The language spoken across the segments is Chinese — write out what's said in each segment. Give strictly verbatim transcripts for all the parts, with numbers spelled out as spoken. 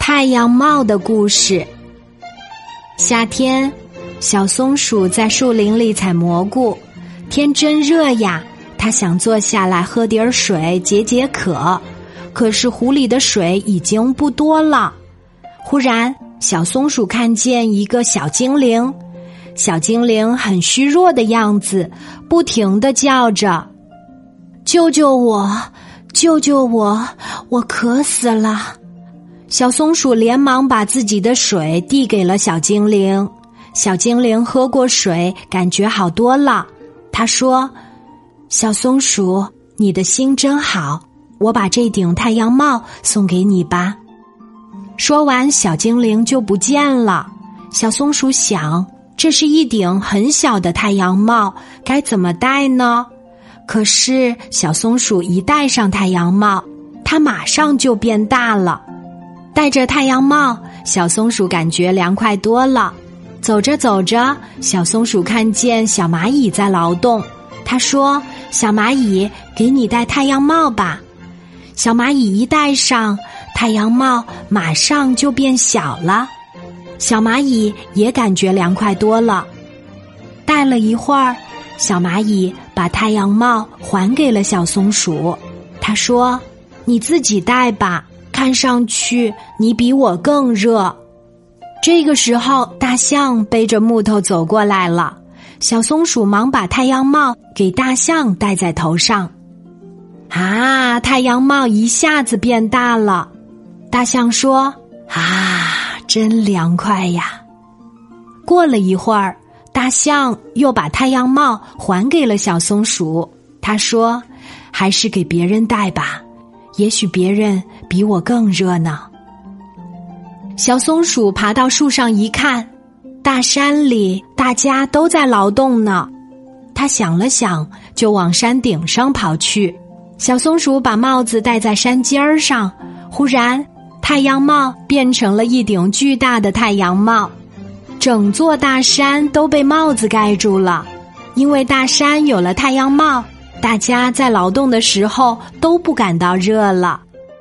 太阳帽的故事。夏天，小松鼠在树林里采蘑菇，天真热呀，它想坐下来喝点水解解渴，可是湖里的水已经不多了。忽然，小松鼠看见一个小精灵，小精灵很虚弱的样子，不停地叫着：救救我，救救我，我渴死了。小松鼠连忙把自己的水递给了小精灵，小精灵喝过水，感觉好多了。他说：小松鼠，你的心真好，我把这顶太阳帽送给你吧。说完，小精灵就不见了。小松鼠想，这是一顶很小的太阳帽，该怎么戴呢？可是小松鼠一戴上太阳帽，它马上就变大了。戴着太阳帽，小松鼠感觉凉快多了。走着走着，小松鼠看见小蚂蚁在劳动，它说：小蚂蚁，给你戴太阳帽吧。小蚂蚁一戴上，太阳帽马上就变小了。小蚂蚁也感觉凉快多了。戴了一会儿，小蚂蚁把太阳帽还给了小松鼠，它说：你自己戴吧，看上去你比我更热。这个时候，大象背着木头走过来了，小松鼠忙把太阳帽给大象戴在头上。啊，太阳帽一下子变大了。大象说：啊，真凉快呀。过了一会儿，大象又把太阳帽还给了小松鼠，他说：还是给别人戴吧，也许别人比我更热呢。小松鼠爬到树上一看，大山里大家都在劳动呢。他想了想，就往山顶上跑去。小松鼠把帽子戴在山尖儿上，忽然太阳帽变成了一顶巨大的太阳帽，整座大山都被帽子盖住了。因为大山有了太阳帽，大家在劳动的时候都不感到热了。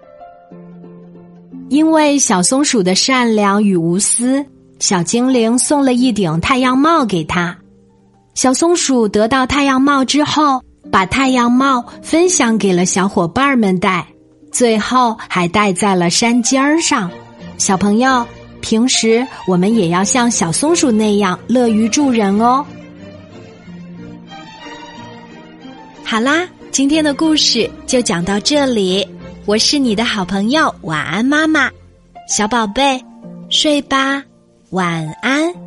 因为小松鼠的善良与无私，小精灵送了一顶太阳帽给他。小松鼠得到太阳帽之后，把太阳帽分享给了小伙伴们戴，最后还戴在了山尖上。小朋友，平时我们也要像小松鼠那样乐于助人哦。好啦，今天的故事就讲到这里，我是你的好朋友晚安妈妈。小宝贝，睡吧，晚安。